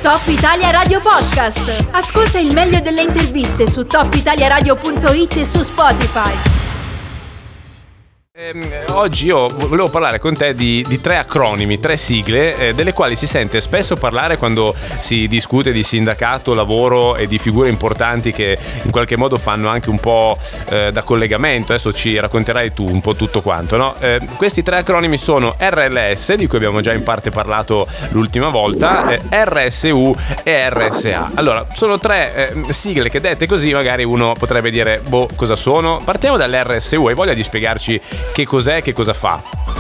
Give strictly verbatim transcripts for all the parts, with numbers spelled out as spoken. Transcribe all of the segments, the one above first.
Top Italia Radio Podcast. Ascolta il meglio delle interviste su top italia radio punto it e su Spotify. Eh, oggi io volevo parlare con te di, di tre acronimi, tre sigle, eh, delle quali si sente spesso parlare quando si discute di sindacato, lavoro e di figure importanti che in qualche modo fanno anche un po' eh, da collegamento. Adesso ci racconterai tu un po' tutto quanto, no? Eh, questi tre acronimi sono R L S, di cui abbiamo già in parte parlato l'ultima volta, eh, R S U e R S A. Allora, sono tre eh, sigle che dette così magari uno potrebbe dire, boh, cosa sono? Partiamo dall'R S U, hai voglia di spiegarci che cos'è, che cosa fa?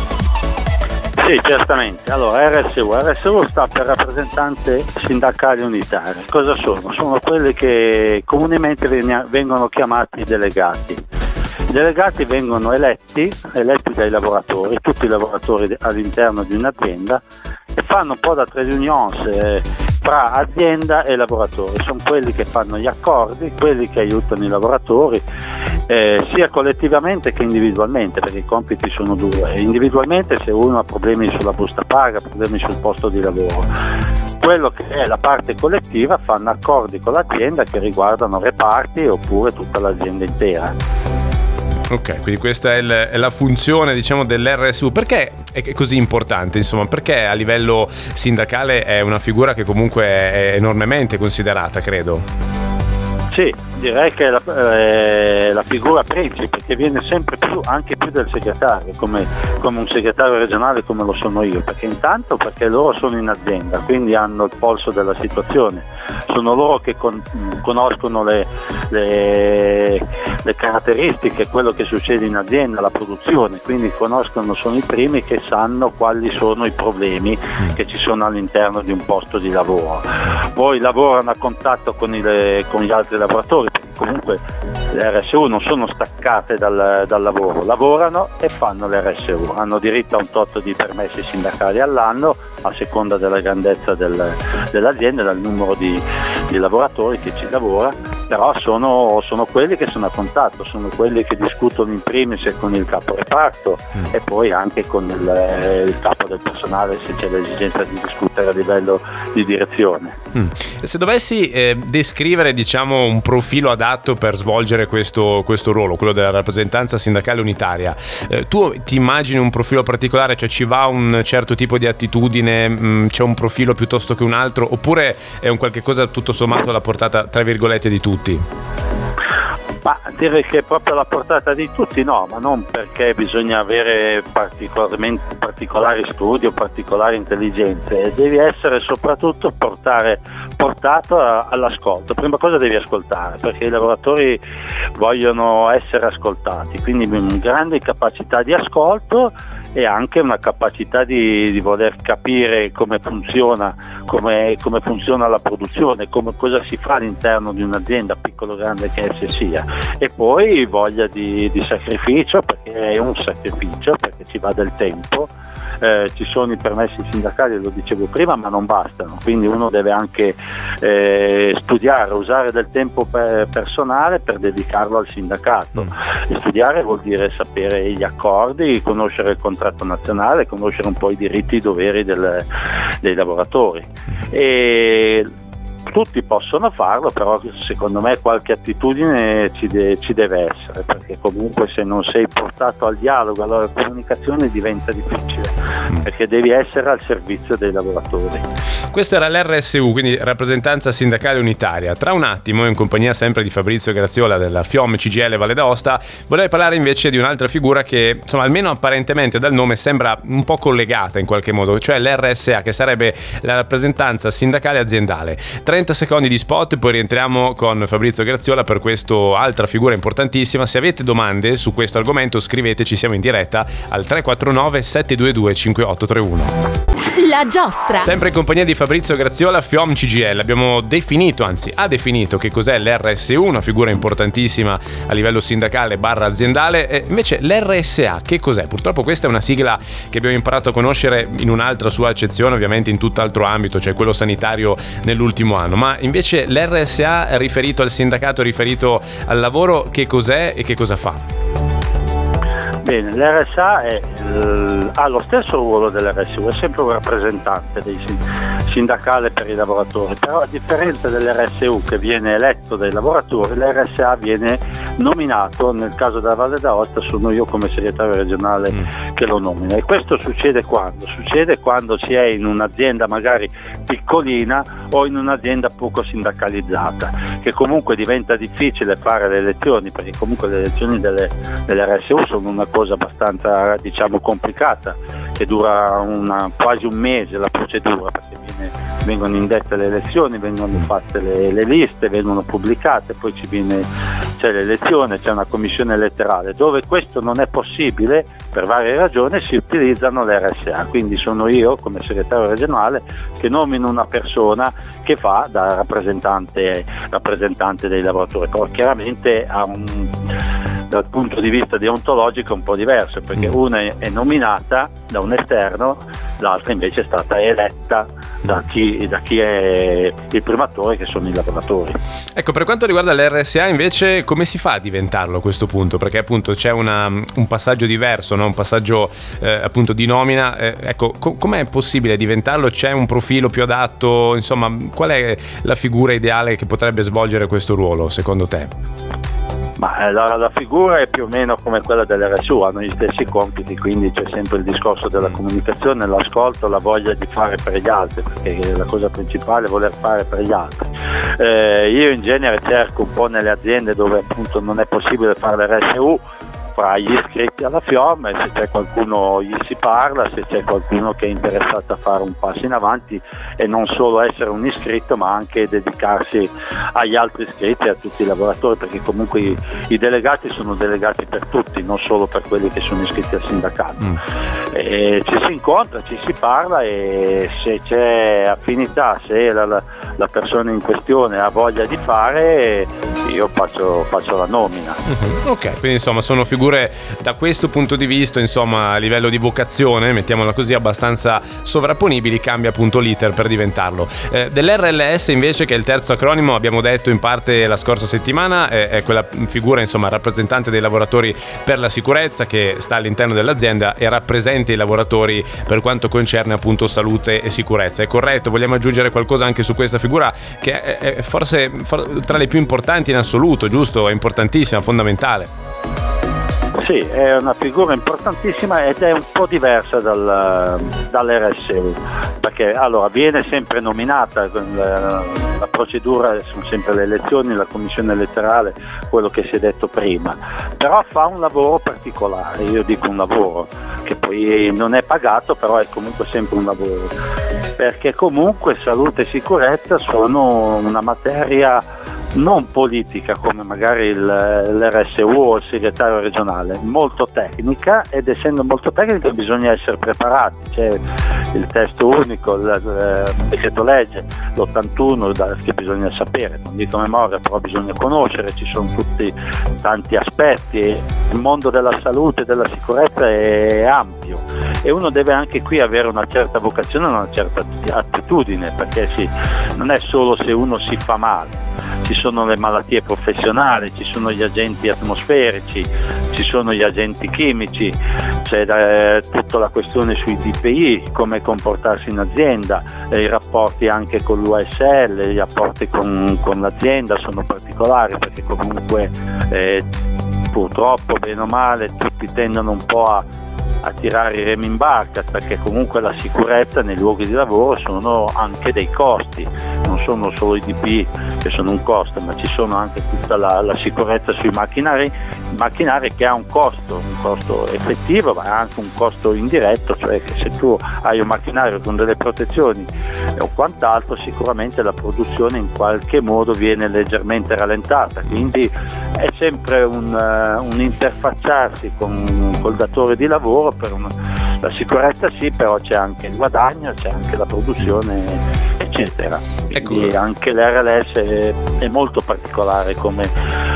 Sì, certamente. Allora, R S U. R S U sta per rappresentante sindacali unitari. Cosa sono? Sono quelli che comunemente vengono chiamati delegati. I delegati vengono eletti, eletti dai lavoratori, tutti i lavoratori all'interno di un'azienda, e fanno un po' da trade unions eh, tra azienda e lavoratori. Sono quelli che fanno gli accordi, quelli che aiutano i lavoratori, eh, sia collettivamente che individualmente, perché i compiti sono due. Individualmente, se uno ha problemi sulla busta paga, problemi sul posto di lavoro. Quello che è la parte collettiva, fanno accordi con l'azienda che riguardano reparti oppure tutta l'azienda intera. Ok, quindi questa è, il, è la funzione, diciamo, dell'R S U. Perché è così importante? Insomma, perché a livello sindacale è una figura che comunque è enormemente considerata, credo. Sì, direi che è la, eh, la figura principe, che viene sempre più, anche più del segretario, come, come un segretario regionale come lo sono io, perché intanto perché loro sono in azienda, quindi hanno il polso della situazione, sono loro che con, conoscono le, le, le caratteristiche, quello che succede in azienda, la produzione, quindi conoscono, sono i primi che sanno quali sono i problemi che ci sono all'interno di un posto di lavoro. Poi lavorano a contatto con, il, con gli altri lavoratori, perché comunque le R S U non sono staccate dal, dal lavoro, lavorano e fanno le R S U, hanno diritto a un tot di permessi sindacali all'anno a seconda della grandezza del, dell'azienda, dal numero di, di lavoratori che ci lavora, però sono, sono quelli che sono a contatto, sono quelli che discutono in primis con il capo reparto mm. e poi anche con il, il capo del personale se c'è l'esigenza di discutere a livello di direzione. Mm. Se dovessi eh, descrivere, diciamo, un profilo adatto per svolgere questo, questo ruolo, quello della rappresentanza sindacale unitaria, eh, tu ti immagini un profilo particolare, cioè ci va un certo tipo di attitudine, mh, c'è un profilo piuttosto che un altro, oppure è un qualche cosa tutto sommato alla portata, tra virgolette, di tutti? Ma direi che è proprio alla portata di tutti, no, ma non perché bisogna avere particolarmente particolari studi o particolari intelligenze, devi essere soprattutto portare, portato a, all'ascolto. Prima cosa devi ascoltare, perché i lavoratori vogliono essere ascoltati, quindi una grande capacità di ascolto e anche una capacità di, di voler capire come funziona, come, come funziona la produzione, come, cosa si fa all'interno di un'azienda, piccolo o grande che essa sia, e poi voglia di, di sacrificio, perché è un sacrificio, perché ci va del tempo. Eh, ci sono i permessi sindacali, lo dicevo prima, ma non bastano, quindi uno deve anche eh, studiare, usare del tempo per personale per dedicarlo al sindacato. Mm. Studiare vuol dire sapere gli accordi, conoscere il contratto nazionale, conoscere un po' i diritti e i doveri del, dei lavoratori. E tutti possono farlo, però secondo me qualche attitudine ci, de- ci deve essere, perché comunque se non sei portato al dialogo, allora la comunicazione diventa difficile, mm. perché devi essere al servizio dei lavoratori. Questo era l'R S U, quindi rappresentanza sindacale unitaria. Tra un attimo, in compagnia sempre di Fabrizio Graziola della FIOM C G I L Valle d'Aosta, vorrei parlare invece di un'altra figura che, insomma, almeno apparentemente dal nome sembra un po' collegata in qualche modo, cioè l'R S A, che sarebbe la rappresentanza sindacale aziendale. trenta secondi di spot, poi rientriamo con Fabrizio Graziola per questa altra figura importantissima. Se avete domande su questo argomento, scriveteci, siamo in diretta al tre quattro nove sette due due cinque otto tre uno. La giostra. Sempre in compagnia di Fabrizio Graziola, FIOM C G I L. Abbiamo definito, anzi ha definito che cos'è l'R S U, una figura importantissima a livello sindacale barra aziendale. E invece l'R S A che cos'è? Purtroppo questa è una sigla che abbiamo imparato a conoscere in un'altra sua accezione, ovviamente in tutt'altro ambito, cioè quello sanitario nell'ultimo anno. Ma invece l'R S A riferito al sindacato, riferito al lavoro, che cos'è e che cosa fa? Bene, l'R S A è, eh, ha lo stesso ruolo dell'R S U, è sempre un rappresentante dei sindacale per i lavoratori, però a differenza dell'R S U che viene eletto dai lavoratori, l'R S A viene nominato. Nel caso della Valle d'Aosta sono io come segretario regionale mm. che lo nomina, e questo succede quando? Succede quando si è in un'azienda magari piccolina o in un'azienda poco sindacalizzata, che comunque diventa difficile fare le elezioni, perché comunque le elezioni delle, dell'R S U sono una cosa abbastanza, diciamo, complicata, che dura una, quasi un mese la procedura, perché viene, vengono indette le elezioni, vengono fatte le, le liste, vengono pubblicate, poi ci viene, c'è l'elezione, c'è una commissione elettorale. Dove questo non è possibile per varie ragioni si utilizzano le R S A, quindi sono io come segretario regionale che nomino una persona che fa da rappresentante, rappresentante dei lavoratori, però chiaramente ha un, dal punto di vista deontologico un po' diverso, perché una è nominata da un esterno, l'altra invece è stata eletta da chi, da chi è il primatore, che sono i lavoratori. Ecco, per quanto riguarda l'R S A invece, come si fa a diventarlo a questo punto? Perché appunto c'è una, un passaggio diverso, no? Un passaggio eh, appunto di nomina, eh, ecco, co- com'è possibile diventarlo? C'è un profilo più adatto? Insomma, qual è la figura ideale che potrebbe svolgere questo ruolo secondo te? Ma la, la figura è più o meno come quella dell'R S U, hanno gli stessi compiti, quindi c'è sempre il discorso della comunicazione, l'ascolto, la voglia di fare per gli altri, perché la cosa principale è voler fare per gli altri. Eh, io in genere cerco un po' nelle aziende dove appunto non è possibile fare l'R S U, fra gli iscritti alla F I O M, se c'è qualcuno gli si parla, se c'è qualcuno che è interessato a fare un passo in avanti e non solo essere un iscritto ma anche dedicarsi agli altri iscritti e a tutti i lavoratori, perché comunque i, i delegati sono delegati per tutti, non solo per quelli che sono iscritti al sindacato. Mm. E ci si incontra, ci si parla e se c'è affinità, se la, la, la persona in questione ha voglia di fare, io faccio, faccio la nomina. Mm-hmm. Ok, quindi insomma sono figure da questo punto di vista, insomma, a livello di vocazione, mettiamola così, abbastanza sovrapponibili, cambia appunto l'iter per diventarlo. Eh, dell'R L S invece, che è il terzo acronimo, abbiamo detto in parte la scorsa settimana, eh, è quella figura, insomma, rappresentante dei lavoratori per la sicurezza, che sta all'interno dell'azienda e rappresenta i lavoratori per quanto concerne appunto salute e sicurezza. È corretto? Vogliamo aggiungere qualcosa anche su questa figura, che è, è forse tra le più importanti in assoluto, giusto? È importantissima, fondamentale. Sì, è una figura importantissima ed è un po' diversa dal, dall'R S U, perché allora viene sempre nominata, la, la procedura sono sempre le elezioni, la commissione elettorale, quello che si è detto prima, però fa un lavoro particolare, io dico un lavoro che poi non è pagato, però è comunque sempre un lavoro, perché comunque salute e sicurezza sono una materia non politica come magari il, l'R S U o il segretario regionale, molto tecnica, ed essendo molto tecnica bisogna essere preparati. C'è il testo unico, il, il decreto legge, l'ottantuno da, che bisogna sapere, non dico memoria, però bisogna conoscere, ci sono tutti tanti aspetti, il mondo della salute e della sicurezza è ampio e uno deve anche qui avere una certa vocazione, una certa attitudine, perché sì, non è solo se uno si fa male, ci sono le malattie professionali, ci sono gli agenti atmosferici, ci sono gli agenti chimici, c'è eh, tutta la questione sui D P I, come comportarsi in azienda, eh, i rapporti anche con l'U S L, i rapporti con, con l'azienda sono particolari, perché comunque eh, purtroppo bene o male tutti tendono un po' a a tirare i remi in barca, perché comunque la sicurezza nei luoghi di lavoro sono anche dei costi, non sono solo i D P I che sono un costo, ma ci sono anche tutta la, la sicurezza sui macchinari, macchinari che ha un costo, un costo effettivo ma anche un costo indiretto, cioè che se tu hai un macchinario con delle protezioni o quant'altro sicuramente la produzione in qualche modo viene leggermente rallentata, quindi è sempre un, uh, un interfacciarsi con col datore di lavoro per una, la sicurezza sì, però c'è anche il guadagno, c'è anche la produzione eccetera, quindi ecco. Anche l'R L S è, è molto particolare come,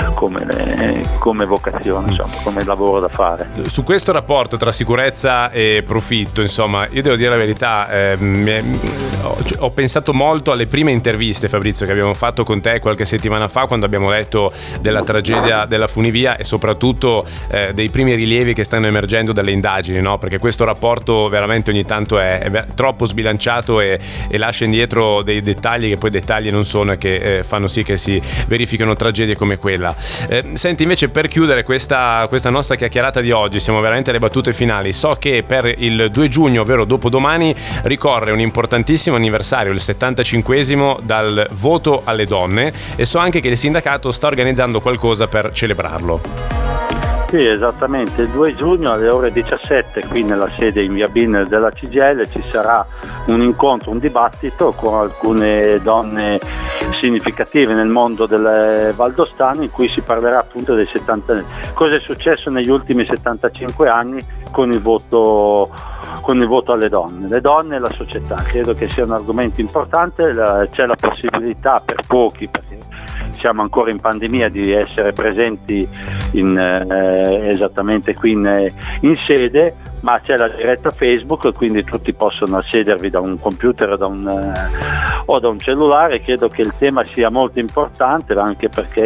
come, le, come vocazione, insomma, come lavoro da fare. Su questo rapporto tra sicurezza e profitto, insomma, io devo dire la verità, eh, mi, ho, ho pensato molto alle prime interviste, Fabrizio, che abbiamo fatto con te qualche settimana fa, quando abbiamo letto della tragedia della funivia e soprattutto eh, dei primi rilievi che stanno emergendo dalle indagini, no? Perché questo rapporto veramente ogni tanto è, è troppo sbilanciato e, e lascia indietro dei dettagli che poi dettagli non sono e che eh, fanno sì che si verificano tragedie come quella. Eh, senti, invece, per chiudere questa, questa nostra chiacchierata di oggi, siamo veramente alle battute finali. So che per il due giugno, ovvero dopodomani, ricorre un importantissimo anniversario, il settantacinquesimo dal voto alle donne, e so anche che il sindacato sta organizzando qualcosa per celebrarlo. Sì, esattamente, il due giugno alle ore diciassette qui nella sede in via Bin della C G I L ci sarà un incontro, un dibattito con alcune donne significative nel mondo del valdostano, in cui si parlerà appunto dei settanta cosa è successo negli ultimi settantacinque anni con il voto con il voto alle donne, le donne e la società. Credo che sia un argomento importante, c'è la possibilità per pochi, perché siamo ancora in pandemia, di essere presenti in, eh, esattamente qui in, in sede, ma c'è la diretta Facebook, quindi tutti possono accedervi da un computer o da un, eh, o da un cellulare. Credo che il tema sia molto importante, anche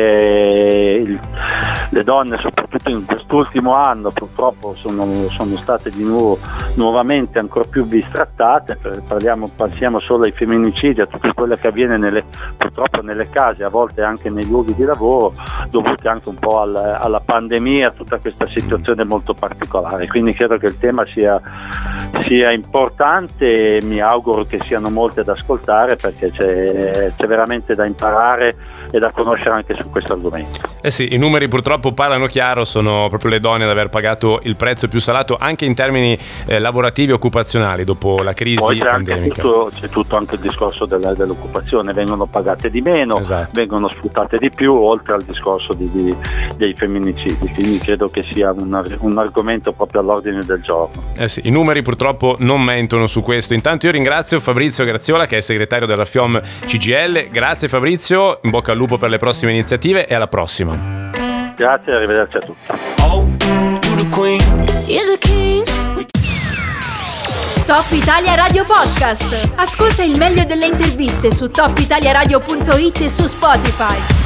perché il, le donne, soprattutto in quest'ultimo anno, purtroppo sono, sono state di nuovo nuovamente ancora più bistrattate. Parliamo, passiamo solo ai femminicidi, a tutto quello che avviene nelle, purtroppo nelle case, a volte anche nei luoghi di lavoro, dovuti anche un po' al, alla pandemia, tutta questa situazione molto particolare. Quindi credo che il tema sia, sia importante, e mi auguro che siano molti ad ascoltare, perché c'è, c'è veramente da imparare e da conoscere anche su questo argomento. Eh sì, i numeri purtroppo parlano chiaro, sono proprio le donne ad aver pagato il prezzo più salato anche in termini eh, lavorativi e occupazionali dopo la crisi Poi c'è pandemica. Anche tutto, c'è tutto anche il discorso della, dell'occupazione, vengono pagate di meno, esatto, vengono sfruttate di più, oltre al discorso di, di, dei femminicidi, quindi credo che sia un, un argomento proprio all'ordine del giorno. Eh sì, i numeri purtroppo non mentono su questo. Intanto io ringrazio Fabrizio Graziola, che è segretario della FIOM C G I L. Grazie Fabrizio, in bocca al lupo per le prossime iniziative e alla prossima. Grazie, arrivederci a tutti. Top Italia Radio Podcast. Ascolta il meglio delle interviste su top italia radio punto it e su Spotify.